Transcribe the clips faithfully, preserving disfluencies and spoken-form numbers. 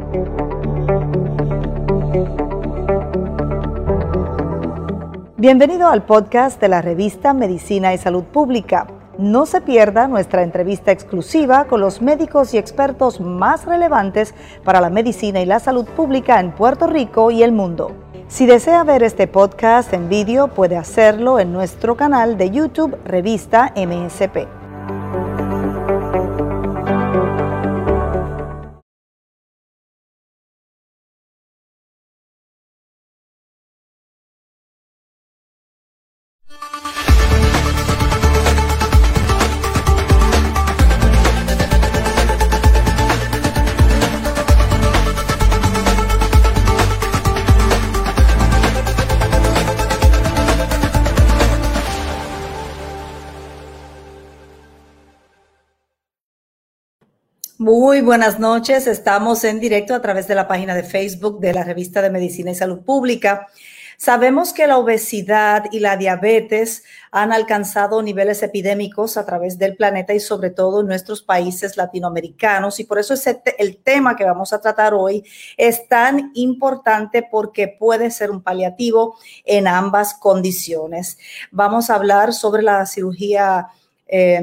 Bienvenido al podcast de la revista Medicina y Salud Pública. No se pierda nuestra entrevista exclusiva con los médicos y expertos más relevantes para la medicina y la salud pública en Puerto Rico y el mundo. Si desea ver este podcast en vídeo, puede hacerlo en nuestro canal de YouTube Revista M S P. Muy buenas noches, estamos en directo a través de la página de Facebook de la revista de Medicina y Salud Pública. Sabemos que la obesidad y la diabetes han alcanzado niveles epidémicos a través del planeta y sobre todo en nuestros países latinoamericanos, y por eso ese te- el tema que vamos a tratar hoy es tan importante porque puede ser un paliativo en ambas condiciones. Vamos a hablar sobre la cirugía eh,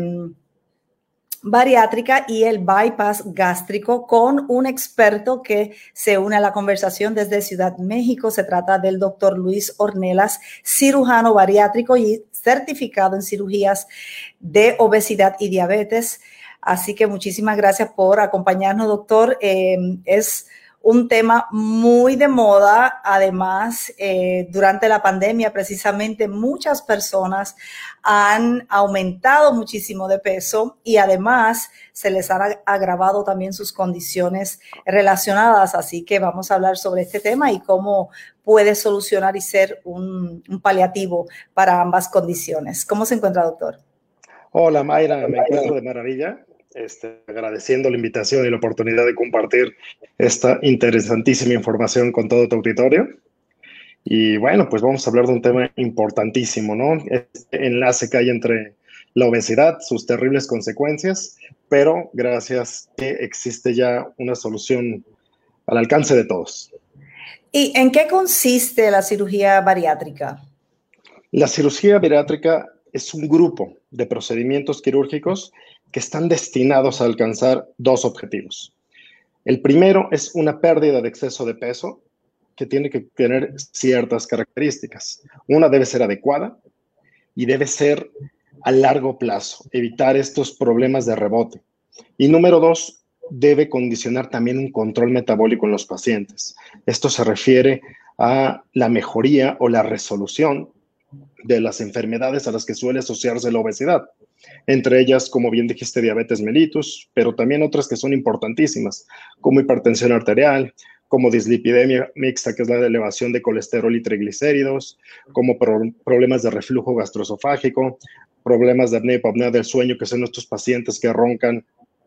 bariátrica y el bypass gástrico con un experto que se une a la conversación desde Ciudad México. Se trata del doctor Luis Ornelas, cirujano bariátrico y certificado en cirugías de obesidad y diabetes. Así que muchísimas gracias por acompañarnos, doctor. Eh, es un tema muy de moda. Además, eh, durante la pandemia, precisamente, muchas personas han aumentado muchísimo de peso y además se les han agravado también sus condiciones relacionadas. Así que vamos a hablar sobre este tema y cómo puede solucionar y ser un, un paliativo para ambas condiciones. ¿Cómo se encuentra, doctor? Hola, Mayra, me encuentro de maravilla. Este, agradeciendo la invitación y la oportunidad de compartir esta interesantísima información con todo tu auditorio. Y bueno, pues vamos a hablar de un tema importantísimo, ¿no? Este enlace que hay entre la obesidad, sus terribles consecuencias, pero gracias que existe ya una solución al alcance de todos. ¿Y en qué consiste la cirugía bariátrica? La cirugía bariátrica es un grupo de procedimientos quirúrgicos que están destinados a alcanzar dos objetivos. El primero es una pérdida de exceso de peso que tiene que tener ciertas características. Una debe ser adecuada y debe ser a largo plazo, evitar estos problemas de rebote. Y número dos, debe condicionar también un control metabólico en los pacientes. Esto se refiere a la mejoría o la resolución de las enfermedades a las que suele asociarse la obesidad. Entre ellas, como bien dijiste, diabetes mellitus, pero también otras que son importantísimas, como hipertensión arterial, como dislipidemia mixta, que es la elevación de colesterol y triglicéridos, como pro problemas de reflujo gastroesofágico, problemas de apnea y hipopnea del sueño, que son estos pacientes que roncan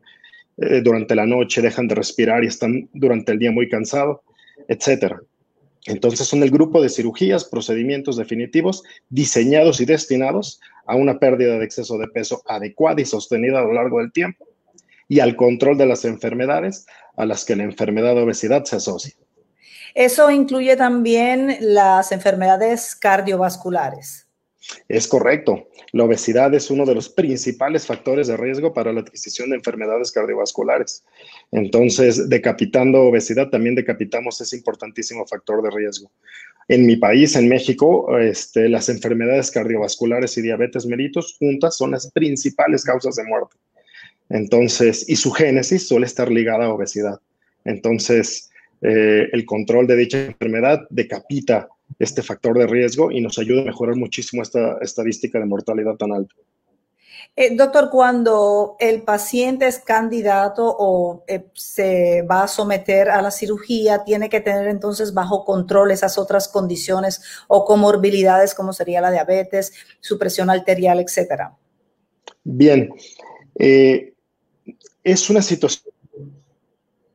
eh, durante la noche, dejan de respirar y están durante el día muy cansados, etcétera. Entonces son el grupo de cirugías, procedimientos definitivos diseñados y destinados a una pérdida de exceso de peso adecuada y sostenida a lo largo del tiempo y al control de las enfermedades a las que la enfermedad de obesidad se asocia. Eso incluye también las enfermedades cardiovasculares. Es correcto. La obesidad es uno de los principales factores de riesgo para la adquisición de enfermedades cardiovasculares. Entonces, decapitando obesidad, también decapitamos ese importantísimo factor de riesgo. En mi país, en México, este, las enfermedades cardiovasculares y diabetes mellitus juntas son las principales causas de muerte. Entonces, y su génesis suele estar ligada a obesidad. Entonces, eh, el control de dicha enfermedad decapita este factor de riesgo y nos ayuda a mejorar muchísimo esta estadística de mortalidad tan alta. Eh, doctor, cuando el paciente es candidato o eh, se va a someter a la cirugía, tiene que tener entonces bajo control esas otras condiciones o comorbilidades como sería la diabetes, su presión arterial, etcétera. Bien, eh, es una situación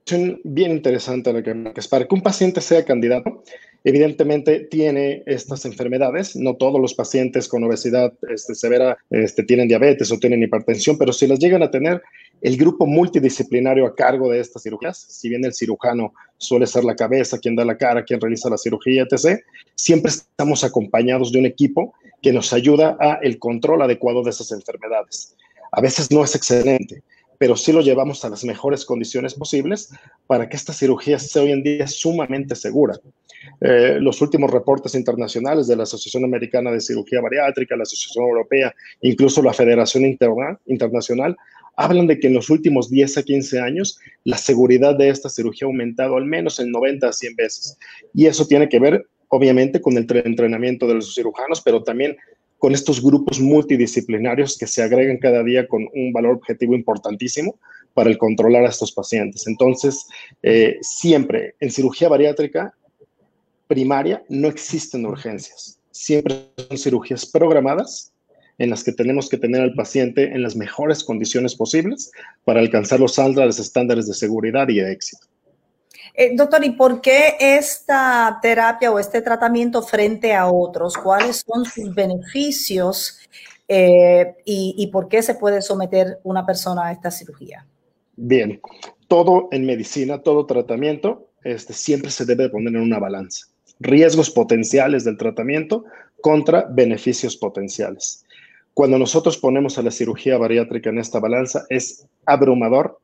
bien interesante la que marcas. Para que un paciente sea candidato, evidentemente tiene estas enfermedades. No todos los pacientes con obesidad este, severa este, tienen diabetes o tienen hipertensión, pero si las llegan a tener, el grupo multidisciplinario a cargo de estas cirugías, si bien el cirujano suele ser la cabeza, quien da la cara, quien realiza la cirugía, etcétera, siempre estamos acompañados de un equipo que nos ayuda a el control adecuado de esas enfermedades. A veces no es excelente, pero sí lo llevamos a las mejores condiciones posibles para que esta cirugía sea hoy en día sumamente segura. Eh, los últimos reportes internacionales de la Asociación Americana de Cirugía Bariátrica, la Asociación Europea, incluso la Federación Interna, Internacional, hablan de que en los últimos diez a quince años la seguridad de esta cirugía ha aumentado al menos en noventa a cien veces. Y eso tiene que ver, obviamente, con el entrenamiento de los cirujanos, pero también con estos grupos multidisciplinarios que se agregan cada día con un valor objetivo importantísimo para el controlar a estos pacientes. Entonces, eh, siempre en cirugía bariátrica primaria no existen urgencias. Siempre son cirugías programadas en las que tenemos que tener al paciente en las mejores condiciones posibles para alcanzar los estándares de seguridad y de éxito. Eh, doctor, ¿y por qué esta terapia o este tratamiento frente a otros? ¿Cuáles son sus beneficios eh, y, y por qué se puede someter una persona a esta cirugía? Bien, todo en medicina, todo tratamiento, este, siempre se debe poner en una balanza. Riesgos potenciales del tratamiento contra beneficios potenciales. Cuando nosotros ponemos a la cirugía bariátrica en esta balanza, es abrumador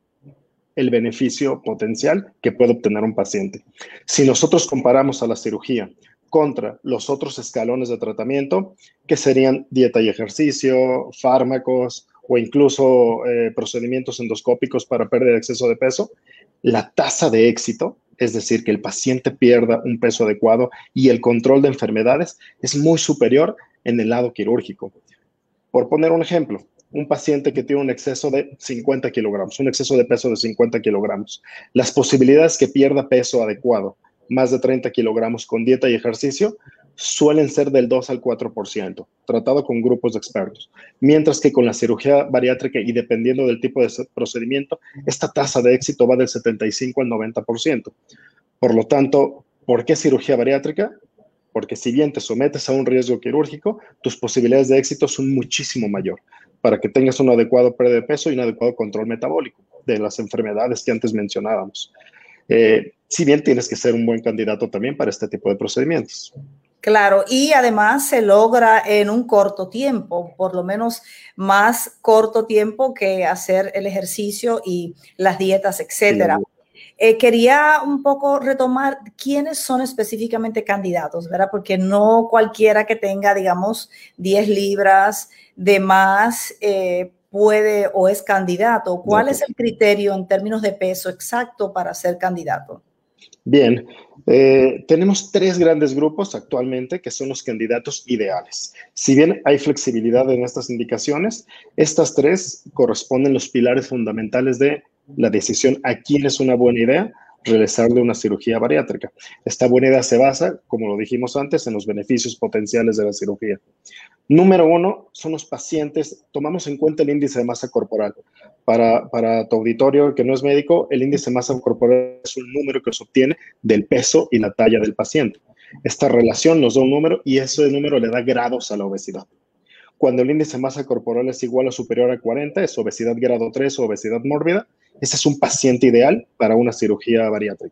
el beneficio potencial que puede obtener un paciente. Si nosotros comparamos a la cirugía contra los otros escalones de tratamiento, que serían dieta y ejercicio, fármacos o incluso eh, procedimientos endoscópicos para pérdida de exceso de peso, la tasa de éxito, es decir, que el paciente pierda un peso adecuado y el control de enfermedades, es muy superior en el lado quirúrgico. Por poner un ejemplo, un paciente que tiene un exceso de cincuenta kilogramos, un exceso de peso de cincuenta kilogramos, las posibilidades que pierda peso adecuado, más de treinta kilogramos con dieta y ejercicio, suelen ser del dos al cuatro por ciento, tratado con grupos de expertos. Mientras que con la cirugía bariátrica y dependiendo del tipo de procedimiento, esta tasa de éxito va del setenta y cinco al noventa por ciento. Por lo tanto, ¿por qué cirugía bariátrica? Porque si bien te sometes a un riesgo quirúrgico, tus posibilidades de éxito son muchísimo mayor para que tengas un adecuado pérdida de peso y un adecuado control metabólico de las enfermedades que antes mencionábamos. Eh, si bien tienes que ser un buen candidato también para este tipo de procedimientos. Claro, y además se logra en un corto tiempo, por lo menos más corto tiempo que hacer el ejercicio y las dietas, etcétera. Sí. Eh, quería un poco retomar quiénes son específicamente candidatos, ¿verdad? Porque no cualquiera que tenga, digamos, diez libras de más eh, puede o es candidato. ¿Cuál okay. es el criterio en términos de peso exacto para ser candidato? Bien, eh, tenemos tres grandes grupos actualmente que son los candidatos ideales. Si bien hay flexibilidad en estas indicaciones, estas tres corresponden los pilares fundamentales de la decisión a quién es una buena idea realizarle una cirugía bariátrica. Esta buena idea se basa, como lo dijimos antes, en los beneficios potenciales de la cirugía. Número uno, son los pacientes, tomamos en cuenta el índice de masa corporal. Para, para tu auditorio que no es médico, el índice de masa corporal es un número que se obtiene del peso y la talla del paciente. Esta relación nos da un número y ese número le da grados a la obesidad. Cuando el índice de masa corporal es igual o superior a cuarenta, es obesidad grado tres o obesidad mórbida. Ese es un paciente ideal para una cirugía bariátrica.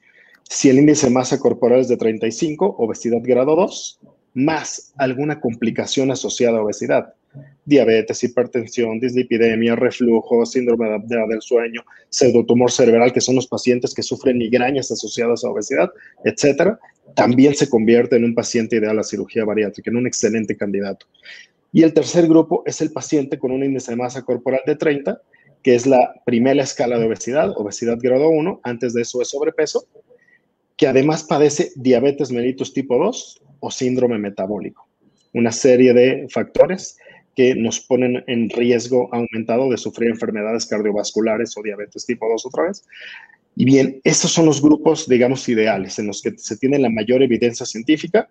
Si el índice de masa corporal es de treinta y cinco, obesidad grado dos, más alguna complicación asociada a obesidad, diabetes, hipertensión, dislipidemia, reflujo, síndrome de apnea del sueño, pseudotumor cerebral, que son los pacientes que sufren migrañas asociadas a obesidad, etcétera, también se convierte en un paciente ideal a cirugía bariátrica, en un excelente candidato. Y el tercer grupo es el paciente con un índice de masa corporal de treinta, que es la primera escala de obesidad, obesidad grado uno, antes de eso es sobrepeso, que además padece diabetes mellitus tipo dos o síndrome metabólico. Una serie de factores que nos ponen en riesgo aumentado de sufrir enfermedades cardiovasculares o diabetes tipo dos otra vez. Y bien, estos son los grupos, digamos, ideales en los que se tiene la mayor evidencia científica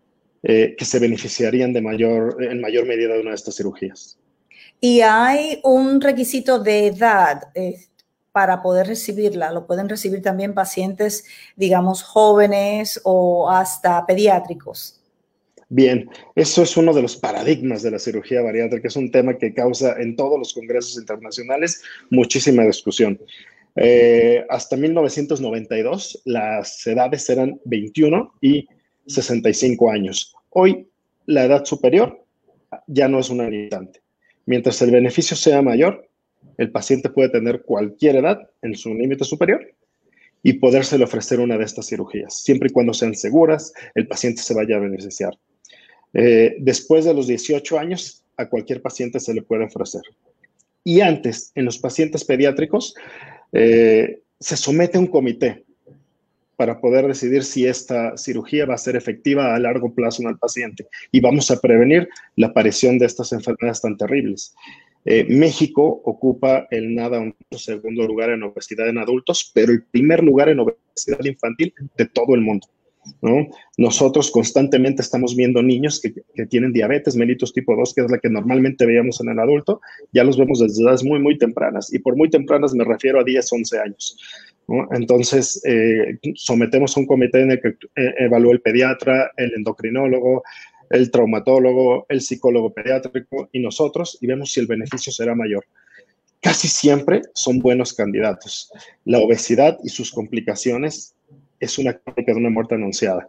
eh, que se beneficiarían de mayor, en mayor medida de una de estas cirugías. ¿Y hay un requisito de edad? Eh, para poder recibirla? ¿Lo pueden recibir también pacientes, digamos, jóvenes o hasta pediátricos? Bien, eso es uno de los paradigmas de la cirugía bariátrica. Es un tema que causa en todos los congresos internacionales muchísima discusión. Eh, hasta mil novecientos noventa y dos las edades eran veintiuno y sesenta y cinco años. Hoy la edad superior ya no es una limitante. Mientras el beneficio sea mayor, el paciente puede tener cualquier edad en su límite superior y podérsele ofrecer una de estas cirugías, siempre y cuando sean seguras, el paciente se vaya a beneficiar. Eh, después de los dieciocho años, a cualquier paciente se le puede ofrecer. Y antes, en los pacientes pediátricos, eh, se somete a un comité para poder decidir si esta cirugía va a ser efectiva a largo plazo en el paciente y vamos a prevenir la aparición de estas enfermedades tan terribles. Eh, México ocupa el nada un segundo lugar en obesidad en adultos, pero el primer lugar en obesidad infantil de todo el mundo, ¿no? Nosotros constantemente estamos viendo niños que, que tienen diabetes mellitus tipo dos, que es la que normalmente veíamos en el adulto, ya los vemos desde edades muy, muy tempranas, y por muy tempranas me refiero a diez, once años, ¿no? Entonces, eh, sometemos a un comité en el que eh, evalúa el pediatra, el endocrinólogo, el traumatólogo, el psicólogo pediátrico y nosotros, y vemos si el beneficio será mayor. Casi siempre son buenos candidatos. La obesidad y sus complicaciones es una crónica de una muerte anunciada.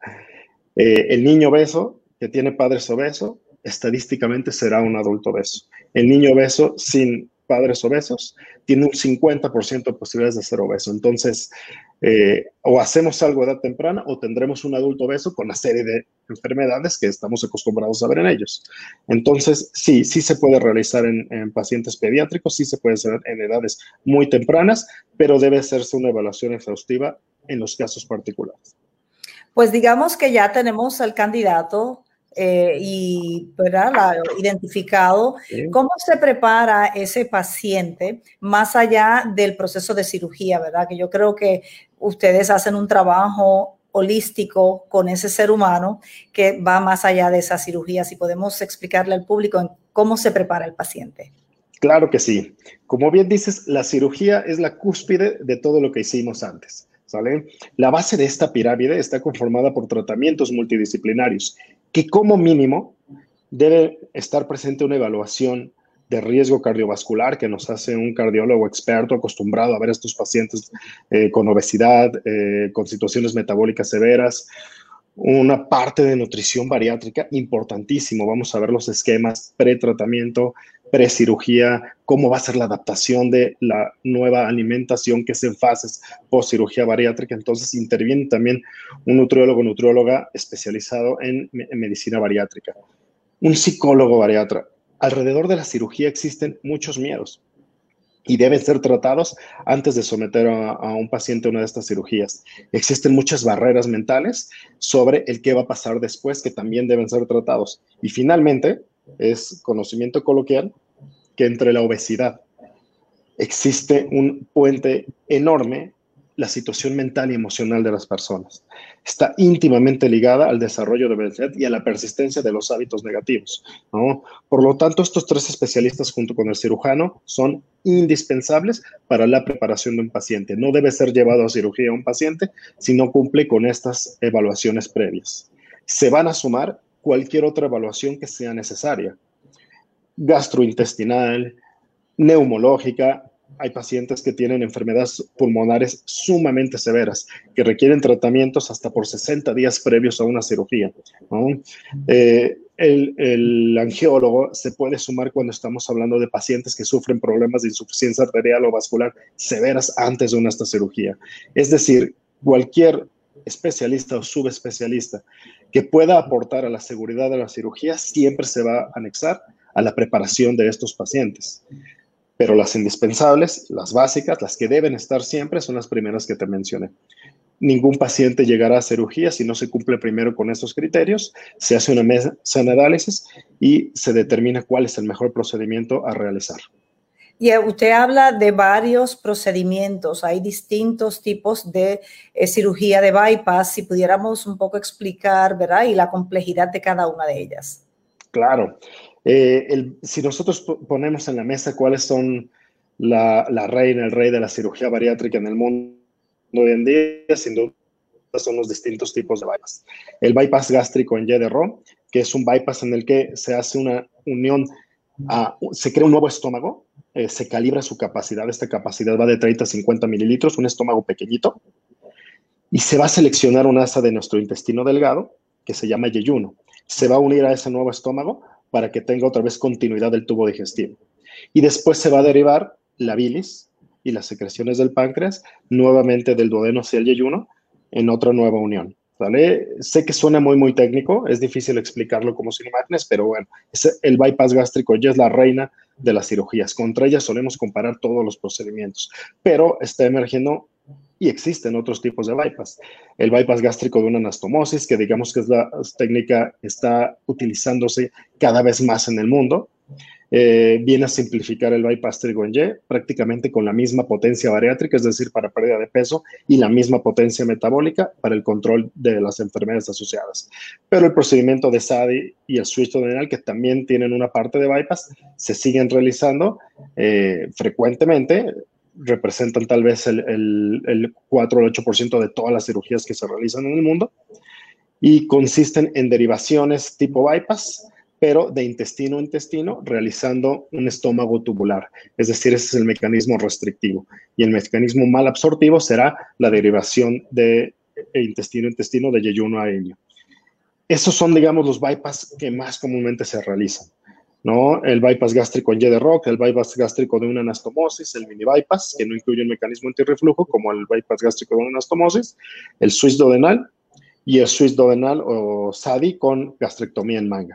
Eh, el niño obeso que tiene padres obesos, estadísticamente será un adulto obeso. El niño obeso sin padres obesos tiene un cincuenta por ciento de posibilidades de ser obeso. Entonces, eh, o hacemos algo a edad temprana o tendremos un adulto obeso con la serie de enfermedades que estamos acostumbrados a ver en ellos. Entonces, sí, sí se puede realizar en, en pacientes pediátricos, sí se puede hacer en edades muy tempranas, pero debe hacerse una evaluación exhaustiva en los casos particulares. Pues digamos que ya tenemos al candidato eh, y ¿verdad? La, identificado. Sí. ¿Cómo se prepara ese paciente más allá del proceso de cirugía, verdad? Que yo creo que ustedes hacen un trabajo holístico con ese ser humano que va más allá de esa cirugía. Si podemos explicarle al público cómo se prepara el paciente. Claro que sí. Como bien dices, la cirugía es la cúspide de todo lo que hicimos antes, ¿sale? La base de esta pirámide está conformada por tratamientos multidisciplinarios que como mínimo debe estar presente una evaluación de riesgo cardiovascular que nos hace un cardiólogo experto acostumbrado a ver a estos pacientes eh, con obesidad, eh, con situaciones metabólicas severas, una parte de nutrición bariátrica importantísimo. Vamos a ver los esquemas pretratamiento, precirugía, cómo va a ser la adaptación de la nueva alimentación que es en fases post-cirugía bariátrica. Entonces interviene también un nutriólogo, nutrióloga especializado en, en medicina bariátrica. Un psicólogo bariatra. Alrededor de la cirugía existen muchos miedos y deben ser tratados antes de someter a, a un paciente a una de estas cirugías. Existen muchas barreras mentales sobre el qué va a pasar después que también deben ser tratados. Y finalmente, es conocimiento coloquial que entre la obesidad existe un puente enorme, la situación mental y emocional de las personas. Está íntimamente ligada al desarrollo de obesidad y a la persistencia de los hábitos negativos, ¿no? Por lo tanto, estos tres especialistas junto con el cirujano son indispensables para la preparación de un paciente. No debe ser llevado a cirugía un paciente si no cumple con estas evaluaciones previas. Se van a sumar cualquier otra evaluación que sea necesaria. Gastrointestinal, neumológica. Hay pacientes que tienen enfermedades pulmonares sumamente severas, que requieren tratamientos hasta por sesenta días previos a una cirugía, ¿no? Eh, el, el angiólogo se puede sumar cuando estamos hablando de pacientes que sufren problemas de insuficiencia arterial o vascular severas antes de una esta cirugía. Es decir, cualquier especialista o subespecialista que pueda aportar a la seguridad de la cirugía siempre se va a anexar a la preparación de estos pacientes. Pero las indispensables, las básicas, las que deben estar siempre, son las primeras que te mencioné. Ningún paciente llegará a cirugía si no se cumple primero con estos criterios, se hace una mesa de análisis y se determina cuál es el mejor procedimiento a realizar. Y usted habla de varios procedimientos, hay distintos tipos de eh, cirugía de bypass, si pudiéramos un poco explicar, ¿verdad? Y la complejidad de cada una de ellas. Claro. Eh, el, si nosotros ponemos en la mesa cuáles son la, la reina, el rey de la cirugía bariátrica en el mundo hoy en día, sin duda, son los distintos tipos de bypass. El bypass gástrico en Y de Ro, que es un bypass en el que se hace una unión, a, se crea un nuevo estómago, eh, se calibra su capacidad, esta capacidad va de treinta a cincuenta mililitros, un estómago pequeñito, y se va a seleccionar un asa de nuestro intestino delgado, que se llama yeyuno. Se va a unir a ese nuevo estómago para que tenga otra vez continuidad del tubo digestivo. Y después se va a derivar la bilis y las secreciones del páncreas, nuevamente del duodeno hacia el yeyuno, en otra nueva unión. ¿Vale? Sé que suena muy, muy técnico, es difícil explicarlo como sin imágenes, pero bueno, es el bypass gástrico ya es la reina de las cirugías. Contra ella solemos comparar todos los procedimientos, pero está emergiendo y existen otros tipos de bypass. El bypass gástrico de una anastomosis, que digamos que es la técnica que está utilizándose cada vez más en el mundo. Eh, viene a simplificar el bypass trigo en Y, prácticamente con la misma potencia bariátrica, es decir, para pérdida de peso, y la misma potencia metabólica para el control de las enfermedades asociadas. Pero el procedimiento de S A D I y el switch duodenal, que también tienen una parte de bypass, se siguen realizando eh, frecuentemente, representan tal vez el, el, el cuatro o el ocho por ciento de todas las cirugías que se realizan en el mundo, y consisten en derivaciones tipo bypass, pero de intestino a intestino, realizando un estómago tubular. Es decir, ese es el mecanismo restrictivo. Y el mecanismo mal absortivo será la derivación de intestino a intestino, de yeyuno a iño. Esos son, digamos, los bypass que más comúnmente se realizan, ¿no? El bypass gástrico en Y de Rock, el bypass gástrico de una anastomosis, el mini bypass, que no incluye un mecanismo antirreflujo, como el bypass gástrico de una anastomosis, el switch duodenal y el switch duodenal o S A D I con gastrectomía en manga.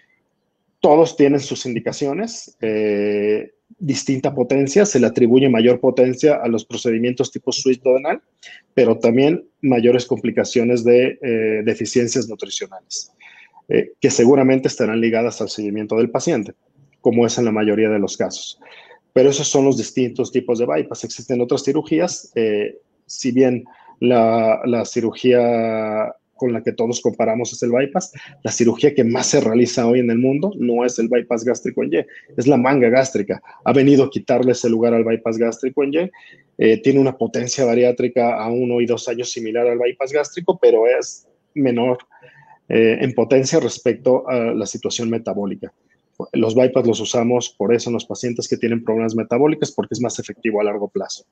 Todos tienen sus indicaciones, eh, distinta potencia, se le atribuye mayor potencia a los procedimientos tipo switch duodenal, pero también mayores complicaciones de eh, deficiencias nutricionales, eh, que seguramente estarán ligadas al seguimiento del paciente, como es en la mayoría de los casos. Pero esos son los distintos tipos de bypass. Existen otras cirugías, eh, si bien la, la cirugía con la que todos comparamos es el bypass, la cirugía que más se realiza hoy en el mundo no es el bypass gástrico en Y, es la manga gástrica. Ha venido a quitarle ese lugar al bypass gástrico en Y, eh, tiene una potencia bariátrica a uno y dos años similar al bypass gástrico, pero es menor eh, en potencia respecto a la situación metabólica. Los bypass los usamos por eso en los pacientes que tienen problemas metabólicos, porque es más efectivo a largo plazo.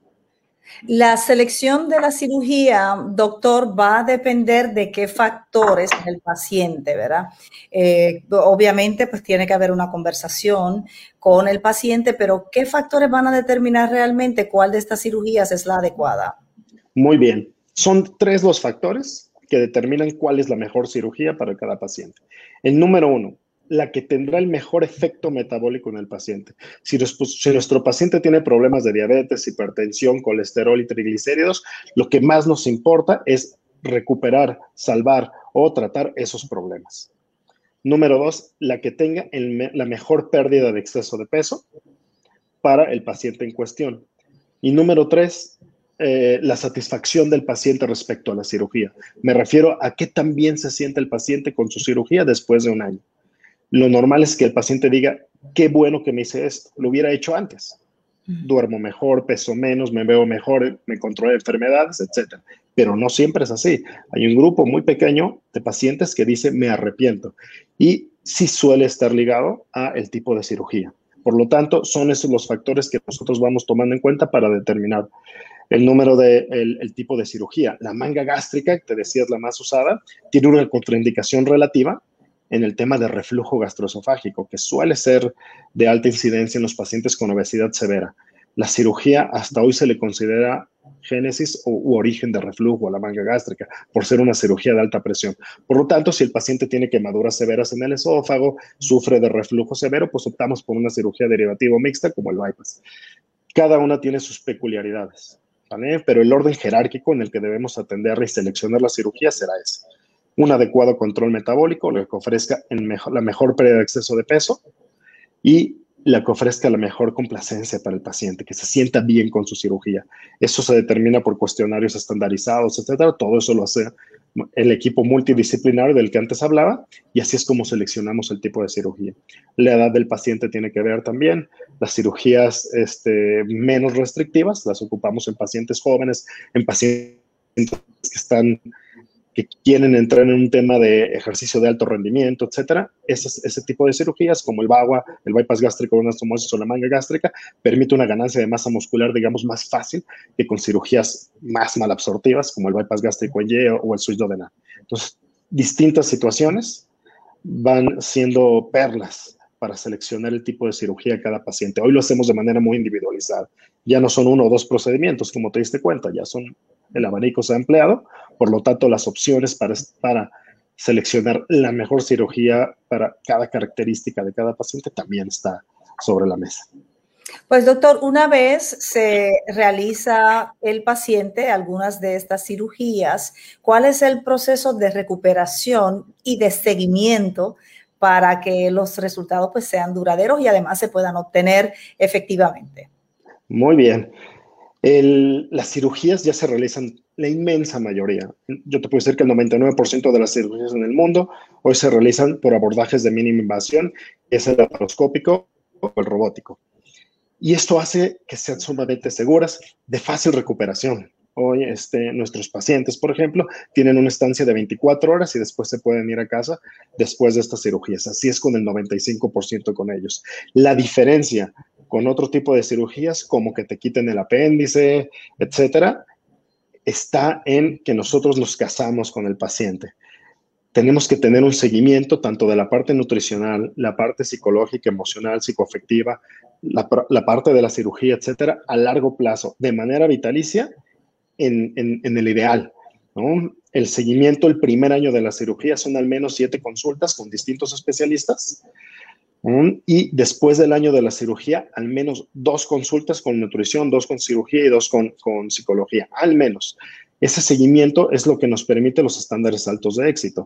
La selección de la cirugía, doctor, va a depender de qué factores en el paciente, ¿verdad? Eh, obviamente, pues tiene que haber una conversación con el paciente, pero ¿qué factores van a determinar realmente cuál de estas cirugías es la adecuada? Muy bien. Son tres los factores que determinan cuál es la mejor cirugía para cada paciente. El número uno, la que tendrá el mejor efecto metabólico en el paciente. Si, si nuestro paciente tiene problemas de diabetes, hipertensión, colesterol y triglicéridos, lo que más nos importa es recuperar, salvar o tratar esos problemas. Número dos, la que tenga el, la mejor pérdida de exceso de peso para el paciente en cuestión. Y número tres, eh, la satisfacción del paciente respecto a la cirugía. Me refiero a qué tan bien se siente el paciente con su cirugía después de un año. Lo normal es que el paciente diga, qué bueno que me hice esto, lo hubiera hecho antes. Duermo mejor, peso menos, me veo mejor, me controlo enfermedades, etcétera. Pero no siempre es así. Hay un grupo muy pequeño de pacientes que dice, me arrepiento. Y sí suele estar ligado a el tipo de cirugía. Por lo tanto, son esos los factores que nosotros vamos tomando en cuenta para determinar el número de, el, el tipo de cirugía. La manga gástrica, que te decía es la más usada, tiene una contraindicación relativa en el tema de reflujo gastroesofágico, que suele ser de alta incidencia en los pacientes con obesidad severa. La cirugía hasta hoy se le considera génesis u, u origen de reflujo a la manga gástrica, por ser una cirugía de alta presión. Por lo tanto, si el paciente tiene quemaduras severas en el esófago, sufre de reflujo severo, pues optamos por una cirugía derivativa mixta como el bypass. Cada una tiene sus peculiaridades, ¿vale? Pero el orden jerárquico en el que debemos atender y seleccionar la cirugía será ese. Un adecuado control metabólico, lo que ofrezca el mejor, la mejor pérdida de exceso de peso y la que ofrezca la mejor complacencia para el paciente, que se sienta bien con su cirugía. Eso se determina por cuestionarios estandarizados, etcétera. Todo eso lo hace el equipo multidisciplinario del que antes hablaba y así es como seleccionamos el tipo de cirugía. La edad del paciente tiene que ver también, Las cirugías este, menos restrictivas las ocupamos en pacientes jóvenes, en pacientes que están que quieren entrar en un tema de ejercicio de alto rendimiento, etcétera. Ese, ese tipo de cirugías, como el B A G A, el bypass gástrico, una estomosis o la manga gástrica, permite una ganancia de masa muscular, digamos, más fácil que con cirugías más malabsortivas, como el bypass gástrico en Y o el switch duodenal. Entonces, distintas situaciones van siendo perlas para seleccionar el tipo de cirugía de cada paciente. Hoy lo hacemos de manera muy individualizada. Ya no son uno o dos procedimientos, como te diste cuenta, ya son, el abanico se ha ampliado, por lo tanto, las opciones para, para seleccionar la mejor cirugía para cada característica de cada paciente también está sobre la mesa. Pues doctor, una vez se realiza el paciente algunas de estas cirugías, ¿cuál es el proceso de recuperación y de seguimiento para que los resultados pues sean duraderos y además se puedan obtener efectivamente? Muy bien. El, las cirugías ya se realizan la inmensa mayoría. Yo te puedo decir que el noventa y nueve por ciento de las cirugías en el mundo hoy se realizan por abordajes de mínima invasión, es el laparoscópico o el robótico. Y esto hace que sean sumamente seguras, de fácil recuperación. Hoy este, nuestros pacientes, por ejemplo, tienen una estancia de veinticuatro horas y después se pueden ir a casa después de estas cirugías. Así es con el noventa y cinco por ciento con ellos. La diferencia con otro tipo de cirugías, como que te quiten el apéndice, etcétera, está en que nosotros nos casamos con el paciente. Tenemos que tener un seguimiento tanto de la parte nutricional, la parte psicológica, emocional, psicoafectiva, la, la parte de la cirugía, etcétera, a largo plazo, de manera vitalicia, en, en, en el ideal, ¿no? El seguimiento el primer año de la cirugía son al menos siete consultas con distintos especialistas. ¿Mm? Y después del año de la cirugía, al menos dos consultas con nutrición, dos con cirugía y dos con, con psicología, al menos. Ese seguimiento es lo que nos permite los estándares altos de éxito.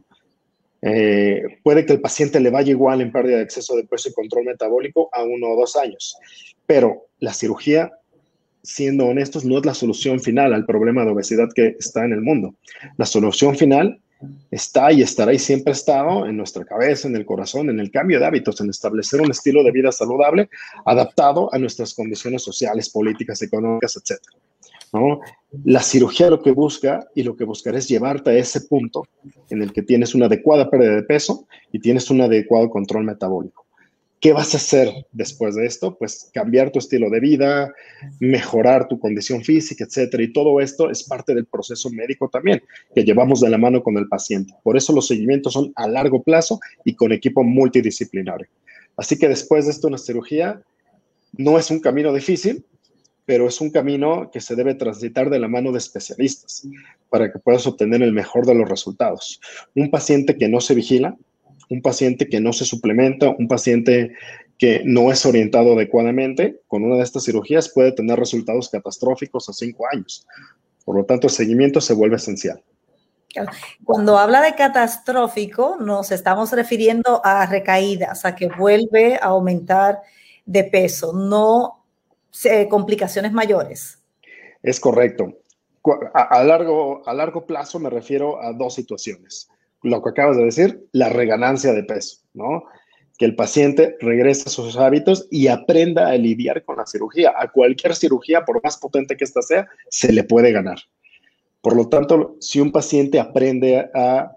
Eh, puede que el paciente le vaya igual en pérdida de exceso de peso y control metabólico a uno o dos años, pero la cirugía, siendo honestos, no es la solución final al problema de obesidad que está en el mundo. La solución final está y estará y siempre ha estado en nuestra cabeza, en el corazón, en el cambio de hábitos, en establecer un estilo de vida saludable adaptado a nuestras condiciones sociales, políticas, económicas, etcétera, ¿no? La cirugía lo que busca y lo que buscará es llevarte a ese punto en el que tienes una adecuada pérdida de peso y tienes un adecuado control metabólico. ¿Qué vas a hacer después de esto? Pues cambiar tu estilo de vida, mejorar tu condición física, etcétera. Y todo esto es parte del proceso médico también, que llevamos de la mano con el paciente. Por eso los seguimientos son a largo plazo y con equipo multidisciplinario. Así que después de esto, una cirugía no es un camino difícil, pero es un camino que se debe transitar de la mano de especialistas para que puedas obtener el mejor de los resultados. Un paciente que no se vigila, un paciente que no se suplementa, un paciente que no es orientado adecuadamente, con una de estas cirugías puede tener resultados catastróficos a cinco años. Por lo tanto, el seguimiento se vuelve esencial. Cuando habla de catastrófico, nos estamos refiriendo a recaídas, a que vuelve a aumentar de peso, no eh, complicaciones mayores. Es correcto. A, a, largo, a largo plazo me refiero a dos situaciones. Lo que acabas de decir, la reganancia de peso, ¿no? Que el paciente regrese a sus hábitos y aprenda a lidiar con la cirugía. A cualquier cirugía, por más potente que ésta sea, se le puede ganar. Por lo tanto, si un paciente aprende a,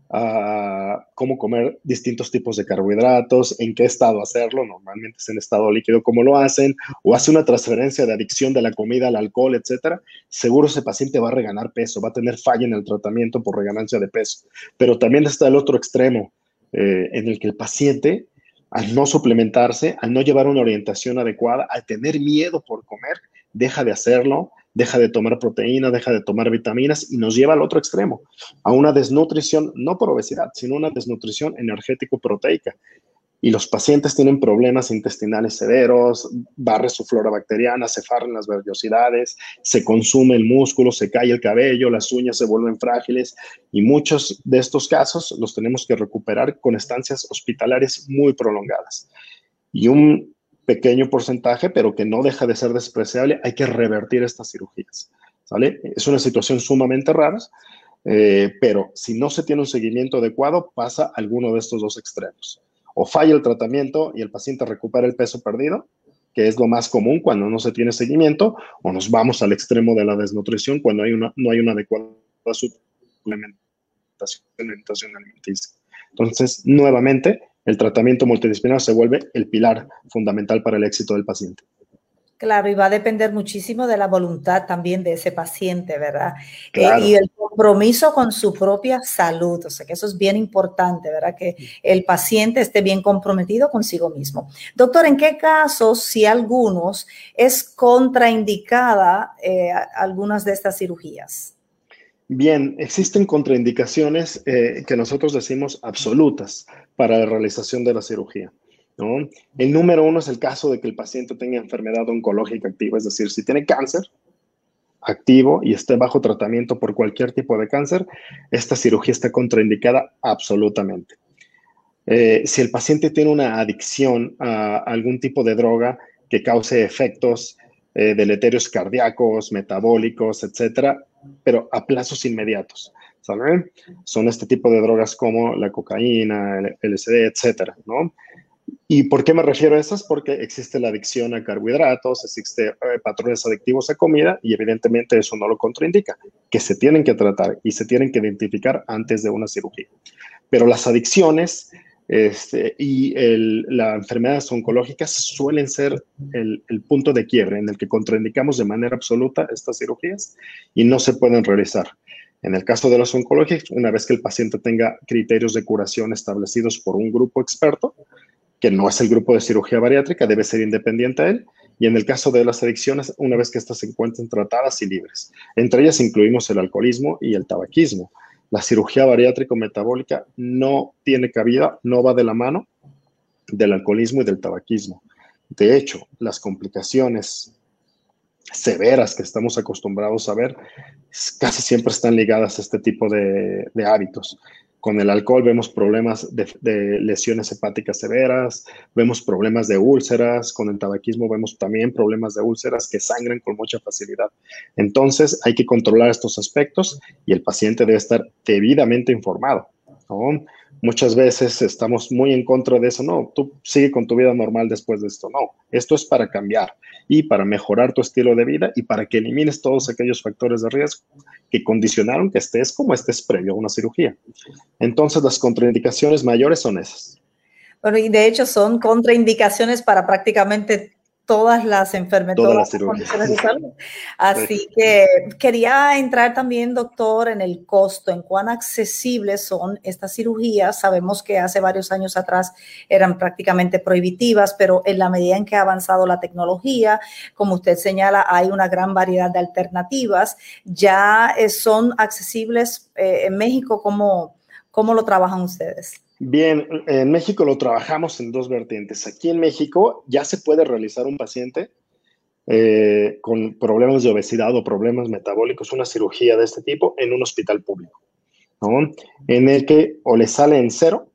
a cómo comer distintos tipos de carbohidratos, en qué estado hacerlo, normalmente es en estado líquido como lo hacen, o hace una transferencia de adicción de la comida al alcohol, etcétera, seguro ese paciente va a reganar peso, va a tener falla en el tratamiento por reganancia de peso. Pero también está el otro extremo, eh, en el que el paciente, al no suplementarse, al no llevar una orientación adecuada, al tener miedo por comer, deja de hacerlo, deja de tomar proteína, deja de tomar vitaminas y nos lleva al otro extremo, a una desnutrición, no por obesidad, sino una desnutrición energético-proteica. Y los pacientes tienen problemas intestinales severos, barre su flora bacteriana, se farran las vellosidades, se consume el músculo, se cae el cabello, las uñas se vuelven frágiles y muchos de estos casos los tenemos que recuperar con estancias hospitalarias muy prolongadas. Y un pequeño porcentaje, pero que no deja de ser despreciable, hay que revertir estas cirugías, ¿sale? Es una situación sumamente rara, eh, pero si no se tiene un seguimiento adecuado, pasa alguno de estos dos extremos. O falla el tratamiento y el paciente recupera el peso perdido, que es lo más común cuando no se tiene seguimiento, o nos vamos al extremo de la desnutrición cuando hay una, no hay una adecuada suplementación alimenticia. Entonces, nuevamente, el tratamiento multidisciplinar se vuelve el pilar fundamental para el éxito del paciente. Claro, y va a depender muchísimo de la voluntad también de ese paciente, ¿verdad? Claro. Eh, y el compromiso con su propia salud, o sea que eso es bien importante, ¿verdad? Que el paciente esté bien comprometido consigo mismo. Doctor, ¿en qué casos, si algunos, es contraindicada eh, algunas de estas cirugías? Bien, existen contraindicaciones eh, que nosotros decimos absolutas para la realización de la cirugía, ¿no? El número uno es el caso de que el paciente tenga enfermedad oncológica activa, es decir, si tiene cáncer activo y esté bajo tratamiento por cualquier tipo de cáncer, esta cirugía está contraindicada absolutamente. Eh, si el paciente tiene una adicción a algún tipo de droga que cause efectos eh, deleterios cardíacos, metabólicos, etcétera, pero a plazos inmediatos, ¿saben? Son este tipo de drogas como la cocaína, el L S D, etcétera, ¿no? ¿Y por qué me refiero a esas? Porque existe la adicción a carbohidratos, existe eh, patrones adictivos a comida y evidentemente eso no lo contraindica, que se tienen que tratar y se tienen que identificar antes de una cirugía. Pero las adicciones este, y el, las enfermedades oncológicas suelen ser el, el punto de quiebre en el que contraindicamos de manera absoluta estas cirugías y no se pueden realizar. En el caso de las oncológicas, una vez que el paciente tenga criterios de curación establecidos por un grupo experto, que no es el grupo de cirugía bariátrica, debe ser independiente a él, y en el caso de las adicciones, una vez que estas se encuentren tratadas y libres. Entre ellas incluimos el alcoholismo y el tabaquismo. La cirugía bariátrico-metabólica no tiene cabida, no va de la mano del alcoholismo y del tabaquismo. De hecho, las complicaciones severas que estamos acostumbrados a ver casi siempre están ligadas a este tipo de, de hábitos. Con el alcohol vemos problemas de, de lesiones hepáticas severas, vemos problemas de úlceras, con el tabaquismo vemos también problemas de úlceras que sangran con mucha facilidad. Entonces hay que controlar estos aspectos y el paciente debe estar debidamente informado, ¿no? Muchas veces estamos muy en contra de eso. No, tú sigue con tu vida normal después de esto. No, esto es para cambiar y para mejorar tu estilo de vida y para que elimines todos aquellos factores de riesgo que condicionaron que estés como estés previo a una cirugía. Entonces, las contraindicaciones mayores son esas. Bueno, y de hecho son contraindicaciones para prácticamente todas las enfermedades, todas, todas las condiciones de salud. Así sí. que quería entrar también, doctor, en el costo, en cuán accesibles son estas cirugías. Sabemos que hace varios años atrás eran prácticamente prohibitivas, pero en la medida en que ha avanzado la tecnología, como usted señala, hay una gran variedad de alternativas. Ya eh, son accesibles eh, en México. ¿Cómo, cómo lo trabajan ustedes? Bien, en México lo trabajamos en dos vertientes. Aquí en México ya se puede realizar un paciente eh, con problemas de obesidad o problemas metabólicos, una cirugía de este tipo en un hospital público, ¿no? En el que o le sale en cero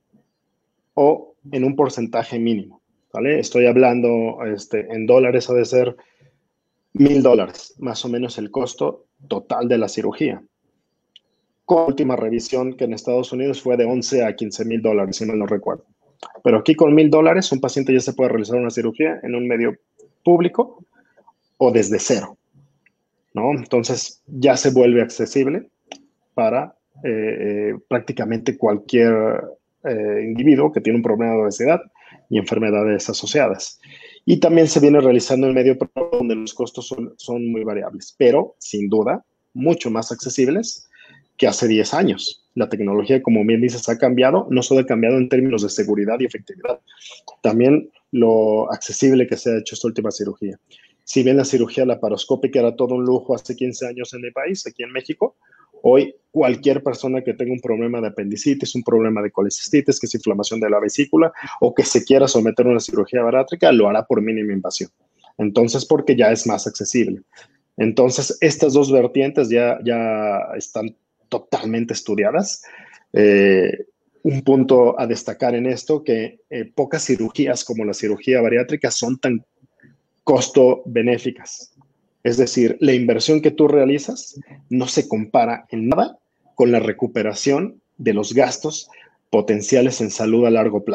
o en un porcentaje mínimo, ¿vale? Estoy hablando este, en dólares, ha de ser mil dólares, más o menos el costo total de la cirugía. Con última revisión que en Estados Unidos fue de once a quince mil dólares, si mal no recuerdo. Pero aquí con mil dólares un paciente ya se puede realizar una cirugía en un medio público o desde cero, ¿no? Entonces ya se vuelve accesible para eh, prácticamente cualquier eh, individuo que tiene un problema de obesidad y enfermedades asociadas. Y también se viene realizando en medio privado donde los costos son, son muy variables, pero sin duda mucho más accesibles que hace diez años. La tecnología, como bien dices, ha cambiado, no solo ha cambiado en términos de seguridad y efectividad, también lo accesible que se ha hecho esta última cirugía. Si bien la cirugía laparoscópica era todo un lujo hace quince años en el país, aquí en México, hoy cualquier persona que tenga un problema de apendicitis, un problema de colecistitis, que es inflamación de la vesícula, o que se quiera someter a una cirugía bariátrica, lo hará por mínima invasión. Entonces, porque ya es más accesible. Entonces, estas dos vertientes ya, ya están totalmente estudiadas. Eh, un punto a destacar en esto, que eh, pocas cirugías como la cirugía bariátrica son tan costo-benéficas. Es decir, la inversión que tú realizas no se compara en nada con la recuperación de los gastos potenciales en salud a largo plazo.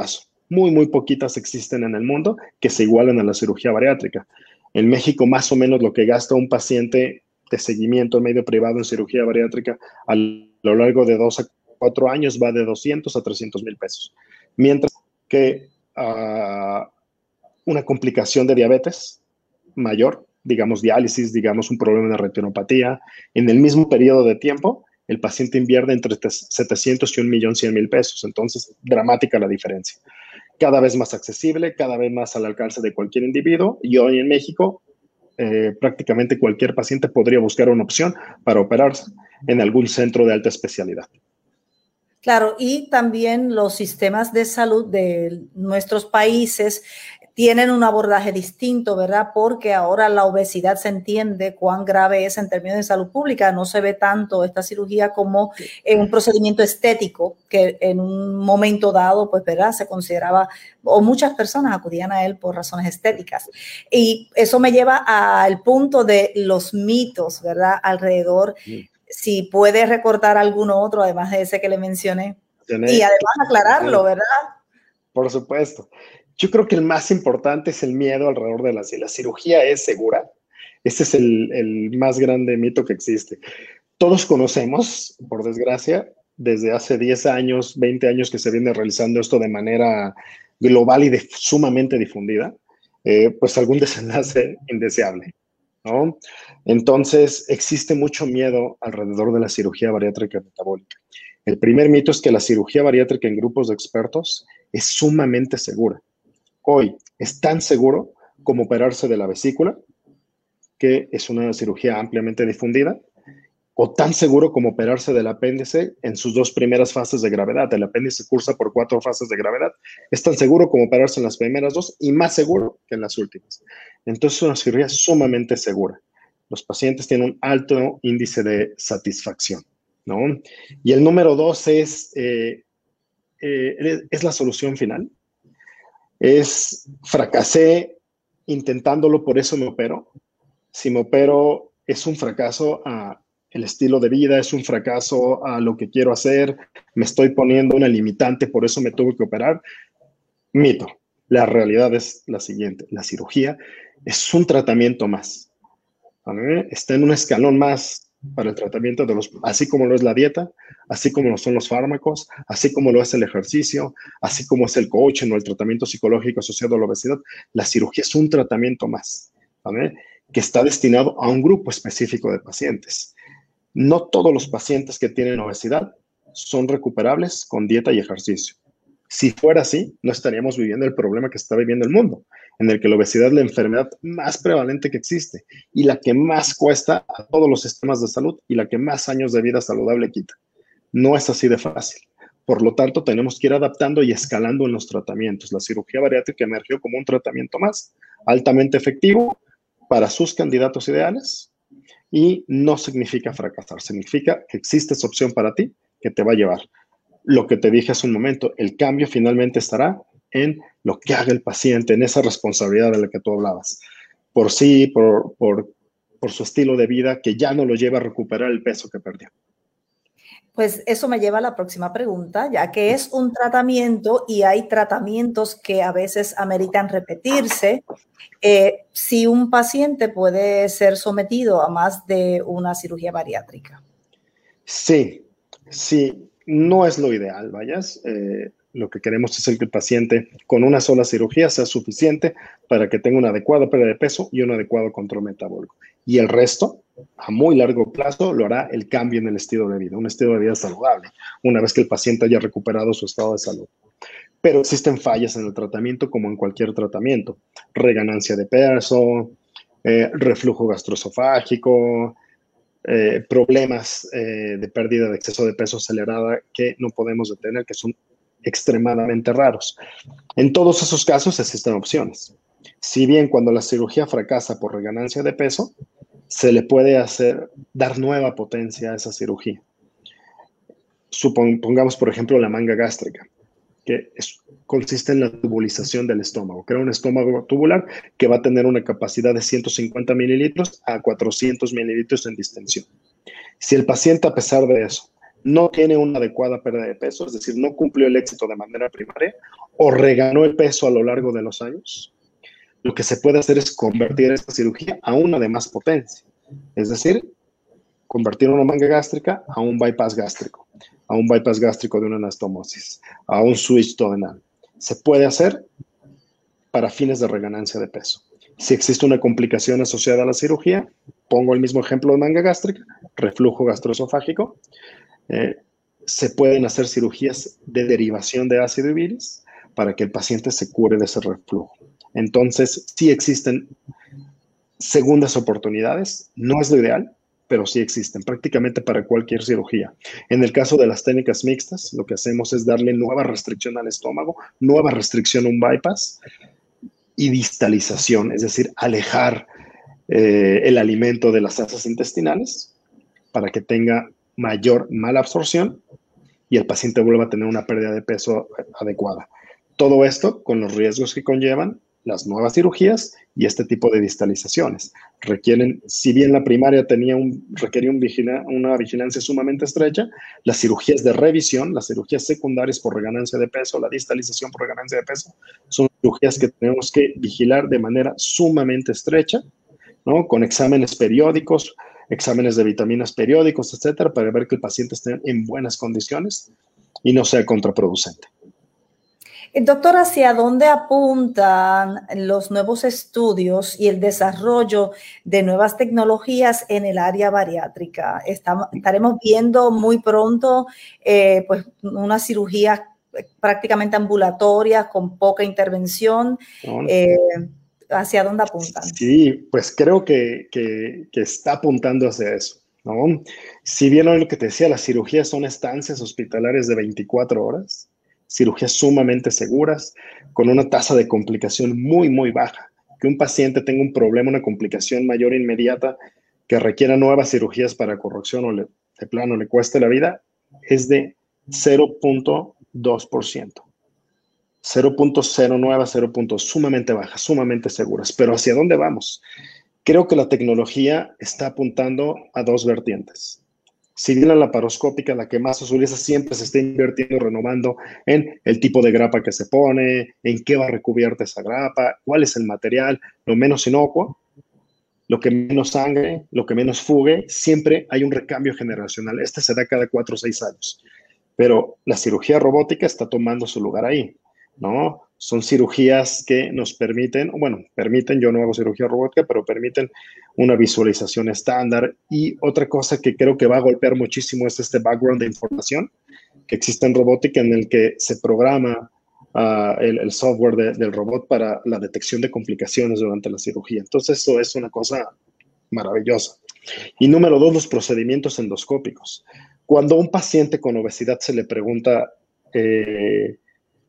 Muy, muy poquitas existen en el mundo que se igualen a la cirugía bariátrica. En México, más o menos lo que gasta un paciente de seguimiento en medio privado en cirugía bariátrica a lo largo de dos a cuatro años va de doscientos a trescientos mil pesos. Mientras que uh, una complicación de diabetes mayor, digamos diálisis, digamos un problema de retinopatía, en el mismo periodo de tiempo, el paciente invierte entre setecientos y un millón cien mil pesos. Entonces, dramática la diferencia. Cada vez más accesible, cada vez más al alcance de cualquier individuo. Y hoy en México, eh, prácticamente cualquier paciente podría buscar una opción para operarse en algún centro de alta especialidad. Claro, y también los sistemas de salud de nuestros países tienen un abordaje distinto, ¿verdad? Porque ahora la obesidad se entiende cuán grave es en términos de salud pública. No se ve tanto esta cirugía como en un procedimiento estético que en un momento dado, pues, ¿verdad? Se consideraba, o muchas personas acudían a él por razones estéticas. Y eso me lleva al punto de los mitos, ¿verdad? Alrededor. Sí. Si puede recortar alguno otro, además de ese que le mencioné. ¿Tiene? Y además aclararlo, ¿verdad? Por supuesto. Yo creo que el más importante es el miedo alrededor de la, si la cirugía es segura. Ese es el, el más grande mito que existe. Todos conocemos, por desgracia, desde hace diez años, veinte años que se viene realizando esto de manera global y de, sumamente difundida, eh, pues algún desenlace indeseable, ¿no? Entonces, existe mucho miedo alrededor de la cirugía bariátrica metabólica. El primer mito es que la cirugía bariátrica en grupos de expertos es sumamente segura. Hoy es tan seguro como operarse de la vesícula, que es una cirugía ampliamente difundida, o tan seguro como operarse del apéndice en sus dos primeras fases de gravedad. El apéndice cursa por cuatro fases de gravedad. Es tan seguro como operarse en las primeras dos y más seguro que en las últimas. Entonces, es una cirugía sumamente segura. Los pacientes tienen un alto índice de satisfacción, ¿no? Y el número dos es, eh, eh, es la solución final. Es, fracasé intentándolo, por eso me opero. Si me opero, es un fracaso a el estilo de vida, es un fracaso a lo que quiero hacer, me estoy poniendo una limitante, por eso me tuve que operar. Mito. La realidad es la siguiente. La cirugía es un tratamiento más. ¿Vale? Está en un escalón más para el tratamiento de los, así como lo es la dieta, así como lo son los fármacos, así como lo es el ejercicio, así como es el coaching o el tratamiento psicológico asociado a la obesidad. La cirugía es un tratamiento más, ¿vale? Que está destinado a un grupo específico de pacientes. No todos los pacientes que tienen obesidad son recuperables con dieta y ejercicio. Si fuera así, no estaríamos viviendo el problema que está viviendo el mundo, en el que la obesidad es la enfermedad más prevalente que existe y la que más cuesta a todos los sistemas de salud y la que más años de vida saludable quita. No es así de fácil. Por lo tanto, tenemos que ir adaptando y escalando en los tratamientos. La cirugía bariátrica emergió como un tratamiento más altamente efectivo para sus candidatos ideales y no significa fracasar, significa que existe esa opción para ti que te va a llevar. Lo que te dije hace un momento, el cambio finalmente estará en lo que haga el paciente, en esa responsabilidad de la que tú hablabas. Por sí, por, por, por su estilo de vida, que ya no lo lleva a recuperar el peso que perdió. Pues eso me lleva a la próxima pregunta, ya que es un tratamiento y hay tratamientos que a veces ameritan repetirse. Eh, si un paciente puede ser sometido a más de una cirugía bariátrica. Sí, sí, no es lo ideal, vayas. Eh, lo que queremos es el que el paciente con una sola cirugía sea suficiente para que tenga una adecuada pérdida de peso y un adecuado control metabólico. Y el resto, a muy largo plazo, lo hará el cambio en el estilo de vida, un estilo de vida saludable, una vez que el paciente haya recuperado su estado de salud. Pero existen fallas en el tratamiento como en cualquier tratamiento. Reganancia de peso, eh, reflujo gastroesofágico, eh, problemas eh, de pérdida de exceso de peso acelerada que no podemos detener, que son extremadamente raros. En todos esos casos existen opciones. Si bien cuando la cirugía fracasa por reganancia de peso, se le puede hacer, dar nueva potencia a esa cirugía. Supongamos, por ejemplo, la manga gástrica, que es, consiste en la tubulización del estómago. Crea un estómago tubular que va a tener una capacidad de ciento cincuenta mililitros a cuatrocientos mililitros en distensión. Si el paciente, a pesar de eso, no tiene una adecuada pérdida de peso, es decir, no cumplió el éxito de manera primaria, o reganó el peso a lo largo de los años, lo que se puede hacer es convertir esta cirugía a una de más potencia. Es decir, convertir una manga gástrica a un bypass gástrico, a un bypass gástrico de una anastomosis, a un switch duodenal. Se puede hacer para fines de reganancia de peso. Si existe una complicación asociada a la cirugía, pongo el mismo ejemplo de manga gástrica, reflujo gastroesofágico, eh, se pueden hacer cirugías de derivación de ácido y bilis para que el paciente se cure de ese reflujo. Entonces, sí existen segundas oportunidades, no es lo ideal, pero sí existen prácticamente para cualquier cirugía. En el caso de las técnicas mixtas, lo que hacemos es darle nueva restricción al estómago, nueva restricción a un bypass y distalización, es decir, alejar eh, el alimento de las asas intestinales para que tenga mayor malabsorción y el paciente vuelva a tener una pérdida de peso adecuada. Todo esto con los riesgos que conllevan las nuevas cirugías y este tipo de distalizaciones. Requieren, si bien la primaria tenía un, requería un vigila, una vigilancia sumamente estrecha, las cirugías de revisión, las cirugías secundarias por reganancia de peso, la distalización por reganancia de peso, son cirugías que tenemos que vigilar de manera sumamente estrecha, ¿no? Con exámenes periódicos, exámenes de vitaminas periódicos, etcétera, para ver que el paciente esté en buenas condiciones y no sea contraproducente. Doctor, ¿hacia dónde apuntan los nuevos estudios y el desarrollo de nuevas tecnologías en el área bariátrica? Estamos, estaremos viendo muy pronto eh, pues una cirugía prácticamente ambulatoria con poca intervención. Eh, ¿Hacia dónde apuntan? Sí, pues creo que, que, que está apuntando hacia eso, ¿no? Si bien lo que te decía, las cirugías son estancias hospitalarias de veinticuatro horas, cirugías sumamente seguras, con una tasa de complicación muy, muy baja. Que un paciente tenga un problema, una complicación mayor inmediata, que requiera nuevas cirugías para corrección o le, de plano le cueste la vida, es de cero punto dos por ciento. cero punto cero nueve, cero punto sumamente bajas, sumamente seguras. Pero ¿hacia dónde vamos? Creo que la tecnología está apuntando a dos vertientes. Si bien la laparoscópica, la que más se utiliza, siempre se está invirtiendo, renovando en el tipo de grapa que se pone, en qué va recubierta esa grapa, cuál es el material, lo menos inocuo, lo que menos sangre, lo que menos fugue, siempre hay un recambio generacional. Este se da cada cuatro o seis años. Pero la cirugía robótica está tomando su lugar ahí, ¿no? Son cirugías que nos permiten, bueno, permiten, yo no hago cirugía robótica, pero permiten una visualización estándar. Y otra cosa que creo que va a golpear muchísimo es este background de información que existe en robótica, en el que se programa uh, el, el software de, del robot para la detección de complicaciones durante la cirugía. Entonces, eso es una cosa maravillosa. Y número dos, los procedimientos endoscópicos. Cuando a un paciente con obesidad se le pregunta, eh,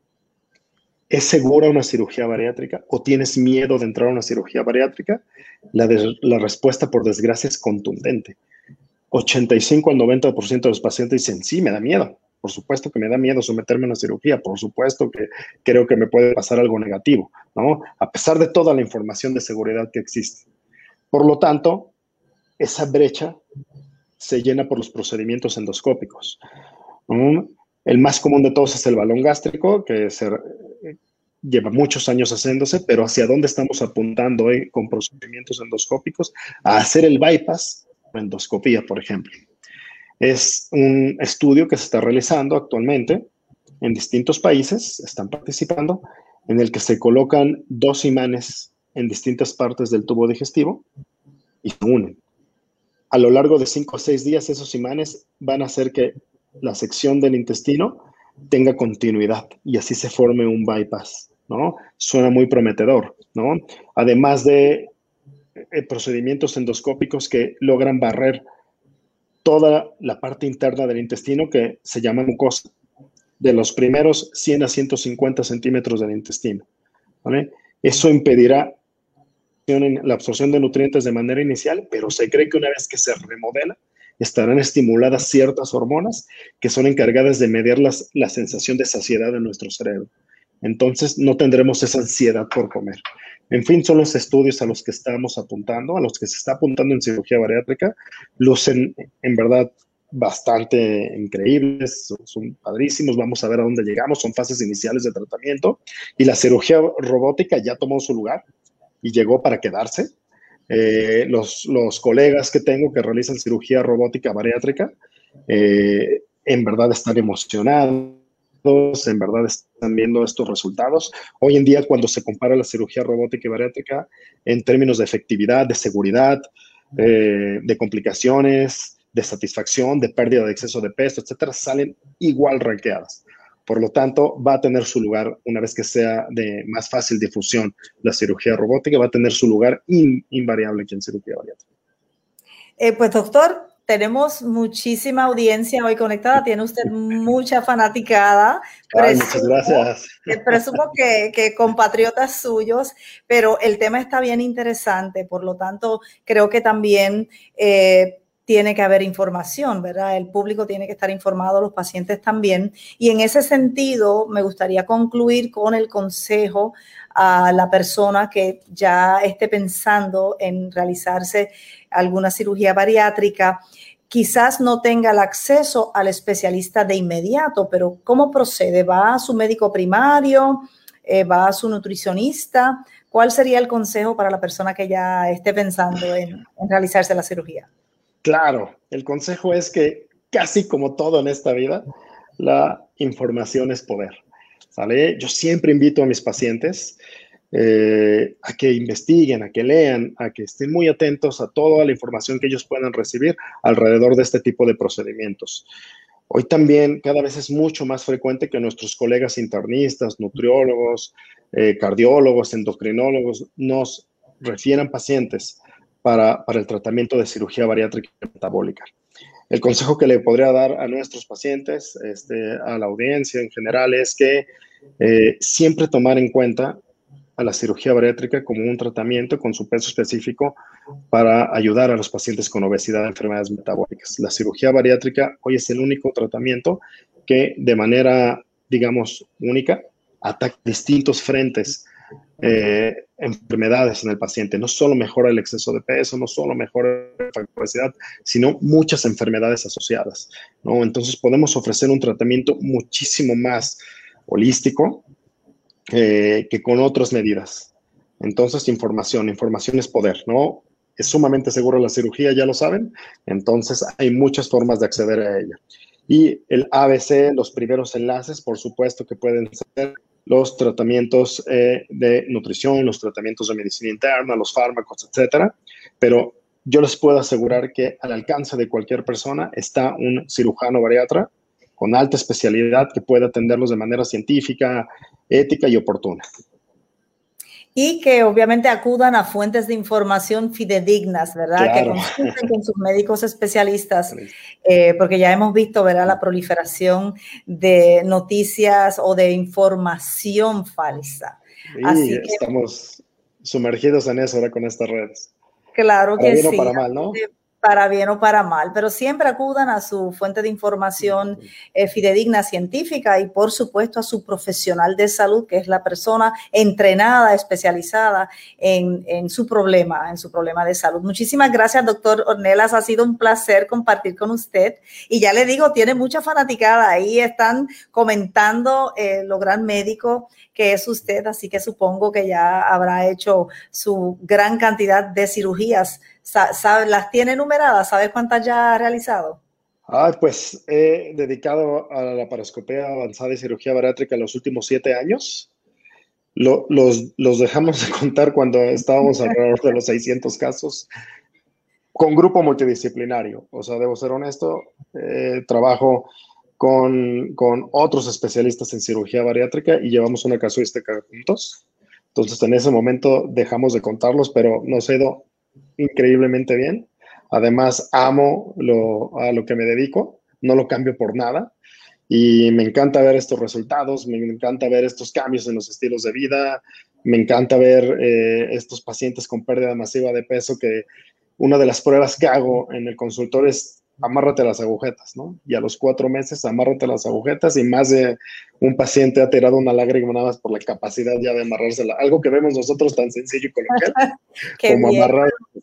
¿es segura una cirugía bariátrica o tienes miedo de entrar a una cirugía bariátrica? La, de, la respuesta, por desgracia, es contundente. ochenta y cinco al noventa por ciento de los pacientes dicen, sí, me da miedo. Por supuesto que me da miedo someterme a una cirugía. Por supuesto que creo que me puede pasar algo negativo, ¿no? A pesar de toda la información de seguridad que existe. Por lo tanto, esa brecha se llena por los procedimientos endoscópicos. Um, el más común de todos es el balón gástrico, que se, eh, lleva muchos años haciéndose, pero ¿hacia dónde estamos apuntando hoy con procedimientos endoscópicos? A hacer el bypass o endoscopía, por ejemplo. Es un estudio que se está realizando actualmente en distintos países, están participando, en el que se colocan dos imanes en distintas partes del tubo digestivo y se unen. A lo largo de cinco o seis días, esos imanes van a hacer que la sección del intestino tenga continuidad y así se forme un bypass, ¿no? Suena muy prometedor, ¿no? Además de eh, procedimientos endoscópicos que logran barrer toda la parte interna del intestino que se llama mucosa, de los primeros cien a ciento cincuenta centímetros del intestino, ¿vale? Eso impedirá la absorción de nutrientes de manera inicial, pero se cree que una vez que se remodela, estarán estimuladas ciertas hormonas que son encargadas de mediar las, la sensación de saciedad en nuestro cerebro. Entonces, no tendremos esa ansiedad por comer. En fin, son los estudios a los que estamos apuntando, a los que se está apuntando en cirugía bariátrica, lucen en verdad bastante increíbles, son, son padrísimos, vamos a ver a dónde llegamos, son fases iniciales de tratamiento y la cirugía robótica ya tomó su lugar y llegó para quedarse. Eh, los, los colegas que tengo que realizan cirugía robótica bariátrica eh, en verdad están emocionados, en verdad están viendo estos resultados. Hoy en día, cuando se compara la cirugía robótica y bariátrica en términos de efectividad, de seguridad, eh, de complicaciones, de satisfacción, de pérdida de exceso de peso, etcétera, salen igual ranqueadas. Por lo tanto, va a tener su lugar, una vez que sea de más fácil difusión la cirugía robótica, va a tener su lugar in, invariable aquí en cirugía bariátrica. Eh, pues, doctor, tenemos muchísima audiencia hoy conectada. Tiene usted mucha fanaticada. Ay, muchas gracias. Eh, presumo que, que compatriotas suyos, pero el tema está bien interesante. Por lo tanto, creo que también eh, tiene que haber información, ¿verdad? El público tiene que estar informado, los pacientes también. Y en ese sentido, me gustaría concluir con el consejo a la persona que ya esté pensando en realizarse alguna cirugía bariátrica. Quizás no tenga el acceso al especialista de inmediato, pero ¿cómo procede? ¿Va a su médico primario? Eh, ¿Va a su nutricionista? ¿Cuál sería el consejo para la persona que ya esté pensando en, en realizarse la cirugía? Claro, el consejo es que casi como todo en esta vida, la información es poder, ¿sale? Yo siempre invito a mis pacientes eh, a que investiguen, a que lean, a que estén muy atentos a toda la información que ellos puedan recibir alrededor de este tipo de procedimientos. Hoy también cada vez es mucho más frecuente que nuestros colegas internistas, nutriólogos, eh, cardiólogos, endocrinólogos nos refieran pacientes Para, para el tratamiento de cirugía bariátrica metabólica. El consejo que le podría dar a nuestros pacientes, este, a la audiencia en general, es que eh, siempre tomar en cuenta a la cirugía bariátrica como un tratamiento con su peso específico para ayudar a los pacientes con obesidad y enfermedades metabólicas. La cirugía bariátrica hoy es el único tratamiento que de manera, digamos, única, ataca distintos frentes Eh, enfermedades en el paciente. No solo mejora el exceso de peso, no solo mejora la obesidad, sino muchas enfermedades asociadas, ¿no? Entonces podemos ofrecer un tratamiento muchísimo más holístico eh, que con otras medidas. Entonces, información, información es poder, ¿no? Es sumamente segura la cirugía, ya lo saben, entonces hay muchas formas de acceder a ella. Y el A B C, los primeros enlaces, por supuesto que pueden ser los tratamientos eh, de nutrición, los tratamientos de medicina interna, los fármacos, etcétera. Pero yo les puedo asegurar que al alcance de cualquier persona está un cirujano bariatra con alta especialidad que puede atenderlos de manera científica, ética y oportuna. Y que obviamente acudan a fuentes de información fidedignas, ¿verdad? Claro. Que consulten con sus médicos especialistas, eh, porque ya hemos visto, ¿verdad?, la proliferación de noticias o de información falsa. Sí, Así que, estamos sumergidos en eso ahora con estas redes. Claro que sí. Para bien o para mal, ¿no? Para bien o para mal, pero siempre acudan a su fuente de información eh, fidedigna, científica, y por supuesto a su profesional de salud, que es la persona entrenada, especializada en, en su problema, en su problema de salud. Muchísimas gracias, doctor Ornelas. Ha sido un placer compartir con usted. Y ya le digo, tiene mucha fanaticada. Ahí están comentando eh, lo gran médico que es usted, así que supongo que ya habrá hecho su gran cantidad de cirugías. ¿Sabe, las tiene numeradas? ¿Sabes cuántas ya ha realizado? Ah, pues he dedicado a la laparoscopía avanzada y cirugía bariátrica los últimos siete años. Lo, los, los dejamos de contar cuando estábamos alrededor de los seiscientos casos con grupo multidisciplinario. O sea, debo ser honesto, eh, trabajo con, con otros especialistas en cirugía bariátrica y llevamos una casuística juntos. Entonces, en ese momento dejamos de contarlos, pero nos ha ido increíblemente bien. Además, amo lo, a lo que me dedico, no lo cambio por nada y me encanta ver estos resultados, me encanta ver estos cambios en los estilos de vida, me encanta ver eh, estos pacientes con pérdida masiva de peso, que una de las pruebas que hago en el consultorio es amárrate las agujetas, ¿no? Y a los cuatro meses amárrate las agujetas y más de un paciente ha tirado una lágrima nada más por la capacidad ya de amarrársela. Algo que vemos nosotros tan sencillo y coloquial como bien. amarrar las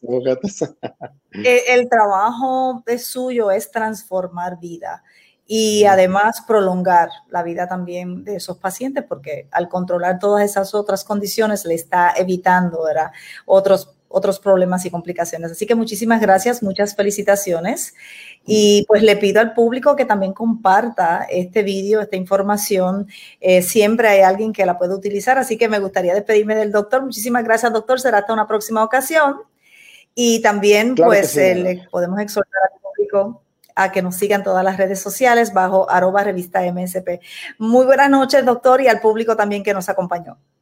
el, el trabajo de suyo es transformar vida y además prolongar la vida también de esos pacientes, porque al controlar todas esas otras condiciones le está evitando, ¿verdad?, otros, otros problemas y complicaciones. Así que muchísimas gracias, muchas felicitaciones. Y pues le pido al público que también comparta este vídeo, esta información. Eh, siempre hay alguien que la puede utilizar, así que me gustaría despedirme del doctor. Muchísimas gracias, doctor. Será hasta una próxima ocasión. Y también Claro pues sí, eh, le podemos exhortar al público a que nos sigan todas las redes sociales bajo arroba revista M S P. Muy buenas noches, doctor, y al público también que nos acompañó.